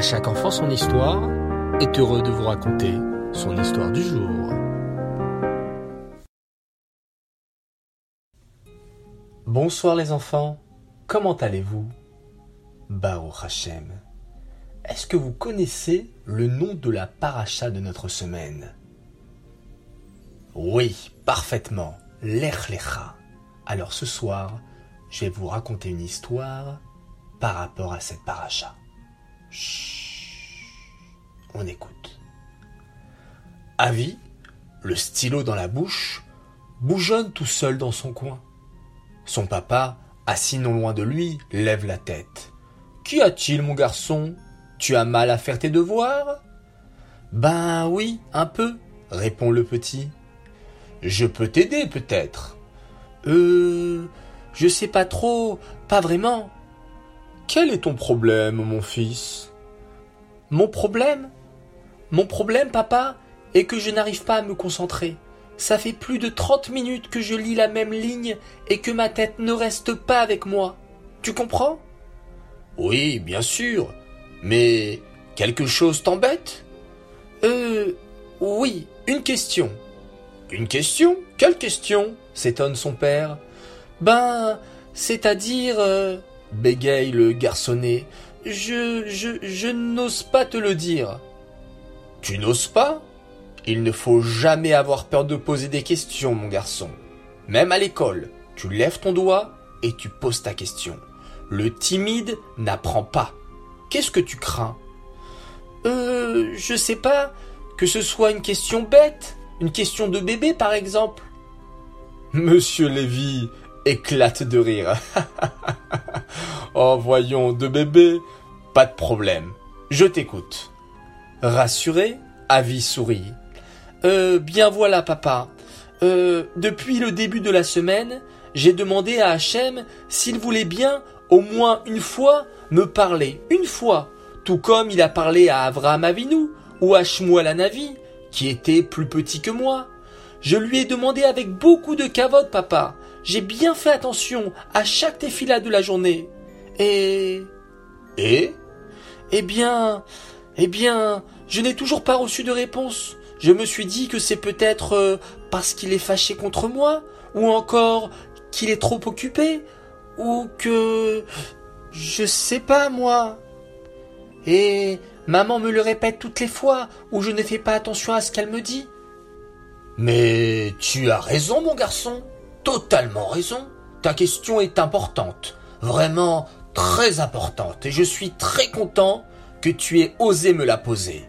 chaque enfant son histoire est heureux de vous raconter son histoire du jour. Bonsoir les enfants, comment allez-vous? Baruch Hashem. Est-ce que vous connaissez le nom de la paracha de notre semaine? Oui, parfaitement, Lech Lecha. Alors ce soir, je vais vous raconter une histoire par rapport à cette paracha. Chut, on écoute. Avi, le stylo dans la bouche, bougeonne tout seul dans son coin. Son papa, assis non loin de lui, lève la tête. « Qu'y a-t-il, mon garçon? Tu as mal à faire tes devoirs ?»« Ben oui, un peu, » répond le petit. « Je peux t'aider, peut-être. »« Je sais pas trop, pas vraiment. »« Quel est ton problème, mon fils ?»« Mon problème, papa, est que je n'arrive pas à me concentrer. Ça fait plus de 30 minutes que je lis la même ligne et que ma tête ne reste pas avec moi. Tu comprends ? » « Oui, bien sûr. Mais quelque chose t'embête ? » Oui, une question. »« Une question ? Quelle question ? » s'étonne son père. « Ben, c'est-à-dire... bégaye le garçonnet. « Je n'ose pas te le dire. »« Tu n'oses pas ? Il ne faut jamais avoir peur de poser des questions, mon garçon. Même à l'école, tu lèves ton doigt et tu poses ta question. Le timide n'apprend pas. Qu'est-ce que tu crains ? Je sais pas, que ce soit une question bête, une question de bébé par exemple. Monsieur Lévy éclate de rire. Oh voyons, de bébé, pas de problème. Je t'écoute. Rassuré, Avi sourit. Bien voilà papa. Depuis le début de la semaine, j'ai demandé à Hachem s'il voulait bien, au moins une fois, me parler. Une fois. Tout comme il a parlé à Avraham Avinu ou à Shmuel Hanavi, qui était plus petit que moi. Je lui ai demandé avec beaucoup de kavod, papa. J'ai bien fait attention à chaque tefila de la journée. Et... Eh bien, je n'ai toujours pas reçu de réponse. Je me suis dit que c'est peut-être parce qu'il est fâché contre moi, ou encore qu'il est trop occupé, ou que... je sais pas, moi. Et maman me le répète toutes les fois où je ne fais pas attention à ce qu'elle me dit. Mais tu as raison, mon garçon. Totalement raison. Ta question est importante. Vraiment très importante. Et je suis très content que tu aies osé me la poser.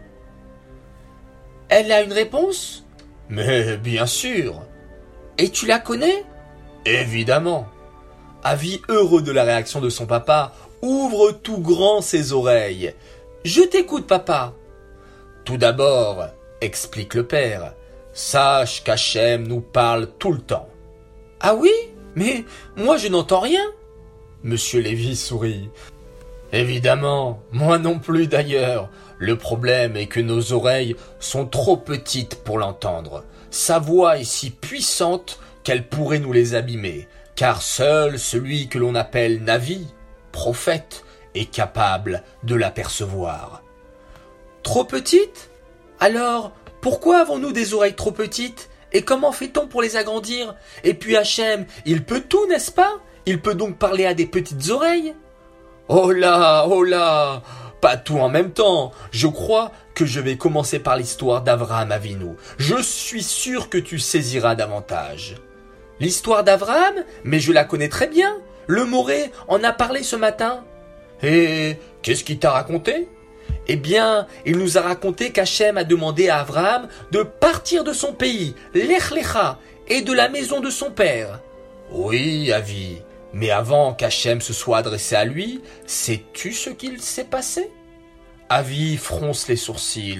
Elle a une réponse ? Mais bien sûr. Et tu la connais ? Évidemment. Avi, heureux de la réaction de son papa, ouvre tout grand ses oreilles. Je t'écoute, papa. Tout d'abord, explique le père, sache qu'Hachem nous parle tout le temps. Ah oui ? Mais moi je n'entends rien. Monsieur Lévy sourit. Évidemment, moi non plus d'ailleurs. Le problème est que nos oreilles sont trop petites pour l'entendre. Sa voix est si puissante qu'elle pourrait nous les abîmer, car seul celui que l'on appelle Navi, prophète, est capable de l'apercevoir. Trop petite ? Alors, pourquoi avons-nous des oreilles trop petites ? Et comment fait-on pour les agrandir ? Et puis Hachem, il peut tout, n'est-ce pas ? Il peut donc parler à des petites oreilles ? Oh là, pas tout en même temps. Je crois que je vais commencer par l'histoire d'Avraham Avinu. Je suis sûr que tu saisiras davantage. L'histoire d'Avraham ? Mais je la connais très bien. Le Moré en a parlé ce matin. Et qu'est-ce qu'il t'a raconté ? Eh bien, il nous a raconté qu'Hachem a demandé à Avraham de partir de son pays, Lech Lecha, et de la maison de son père. Oui, Avi, mais avant qu'Hachem se soit adressé à lui, sais-tu ce qu'il s'est passé ? Avi fronce les sourcils.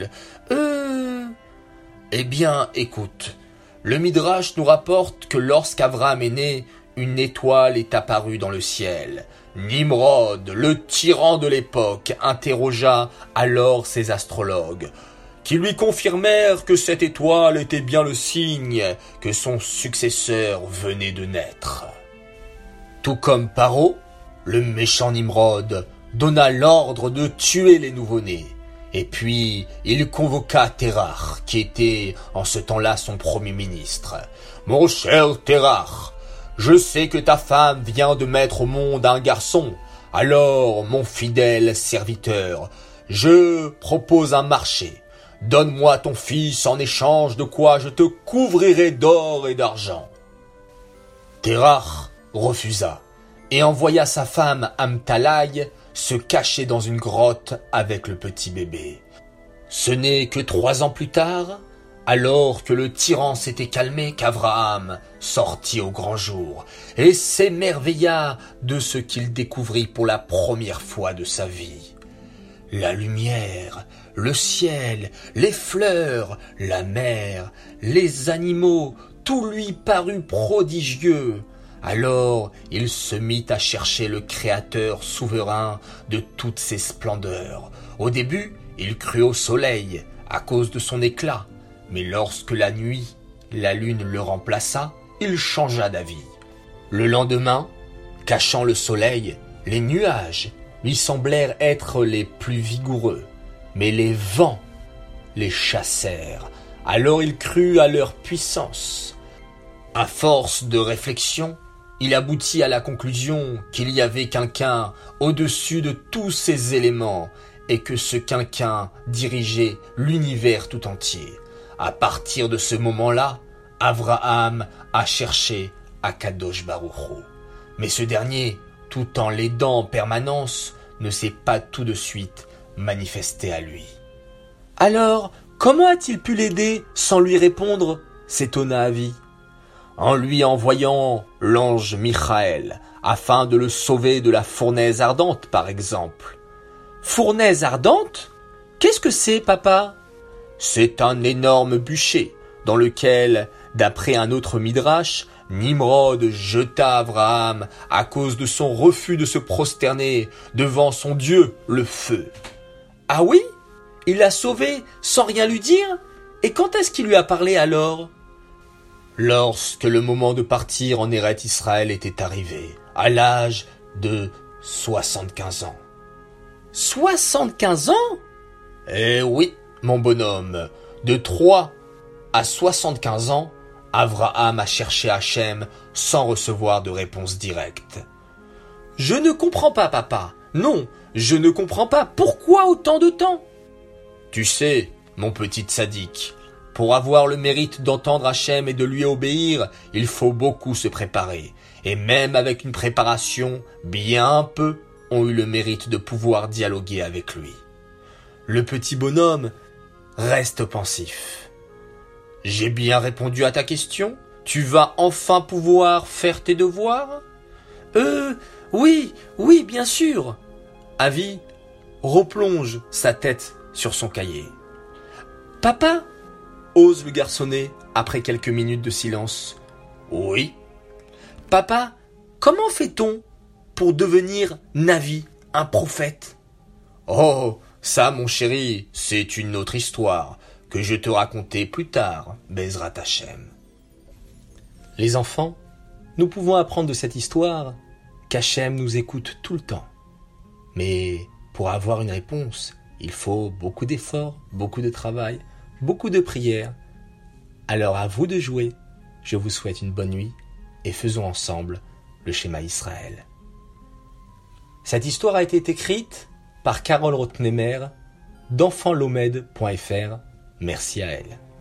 Eh bien, écoute, le Midrash nous rapporte que lorsqu'Avraham est né, une étoile est apparue dans le ciel. Nimrod, le tyran de l'époque, interrogea alors ses astrologues, qui lui confirmèrent que cette étoile était bien le signe que son successeur venait de naître. Tout comme Paro, le méchant Nimrod donna l'ordre de tuer les nouveau-nés. Et puis, il convoqua Terach, qui était en ce temps-là son premier ministre. « Mon cher Terach, je sais que ta femme vient de mettre au monde un garçon. Alors, mon fidèle serviteur, je propose un marché. Donne-moi ton fils en échange de quoi je te couvrirai d'or et d'argent. » Terach refusa et envoya sa femme Amtalai se cacher dans une grotte avec le petit bébé. Ce n'est que 3 ans plus tard, alors que le tyran s'était calmé, qu'Abraham sortit au grand jour et s'émerveilla de ce qu'il découvrit pour la première fois de sa vie. La lumière, le ciel, les fleurs, la mer, les animaux, tout lui parut prodigieux. Alors il se mit à chercher le Créateur souverain de toutes ses splendeurs. Au début, il crut au soleil à cause de son éclat, mais lorsque la nuit, la lune le remplaça, il changea d'avis. Le lendemain, cachant le soleil, les nuages lui semblèrent être les plus vigoureux, mais les vents les chassèrent. Alors il crut à leur puissance. À force de réflexion, il aboutit à la conclusion qu'il y avait quelqu'un au-dessus de tous ces éléments et que ce quelqu'un dirigeait l'univers tout entier. À partir de ce moment-là, Abraham a cherché Akadosh Baruch Hu. Mais ce dernier, tout en l'aidant en permanence, ne s'est pas tout de suite manifesté à lui. « Alors, comment a-t-il pu l'aider sans lui répondre ?» s'étonna Avi. « En lui envoyant l'ange Michael, afin de le sauver de la fournaise ardente, par exemple. »« Fournaise ardente ? Qu'est-ce que c'est, papa ?»« C'est un énorme bûcher, dans lequel, d'après un autre midrash, Nimrod jeta Abraham à cause de son refus de se prosterner devant son Dieu, le feu. »« Ah oui ? Il l'a sauvé sans rien lui dire ? Et quand est-ce qu'il lui a parlé alors ?» Lorsque le moment de partir en Eretz Israël était arrivé, à l'âge de 75 ans. 75 ans ? Eh oui, mon bonhomme, de 3 à 75 ans, Abraham a cherché Hachem sans recevoir de réponse directe. « Je ne comprends pas, papa. Non, je ne comprends pas. Pourquoi autant de temps ?»« Tu sais, mon petit tzaddik, pour avoir le mérite d'entendre Hachem et de lui obéir, il faut beaucoup se préparer. Et même avec une préparation, bien peu ont eu le mérite de pouvoir dialoguer avec lui. » Le petit bonhomme reste pensif. « J'ai bien répondu à ta question ? Tu vas enfin pouvoir faire tes devoirs ? » Oui, bien sûr. Avi replonge sa tête sur son cahier. « Papa ?» ose le garçonnet après quelques minutes de silence. « Oui. »« Papa, comment fait-on pour devenir Navi, un prophète ?»« Oh, ça, mon chéri, c'est une autre histoire que je te raconterai plus tard, Bezrat Hachem. » Les enfants, nous pouvons apprendre de cette histoire qu'Hachem nous écoute tout le temps. Mais pour avoir une réponse, il faut beaucoup d'efforts, beaucoup de travail, beaucoup de prières. Alors à vous de jouer. Je vous souhaite une bonne nuit et faisons ensemble le schéma Israël. Cette histoire a été écrite par Carole Rotnemer d'enfantlomed.fr. Merci à elle.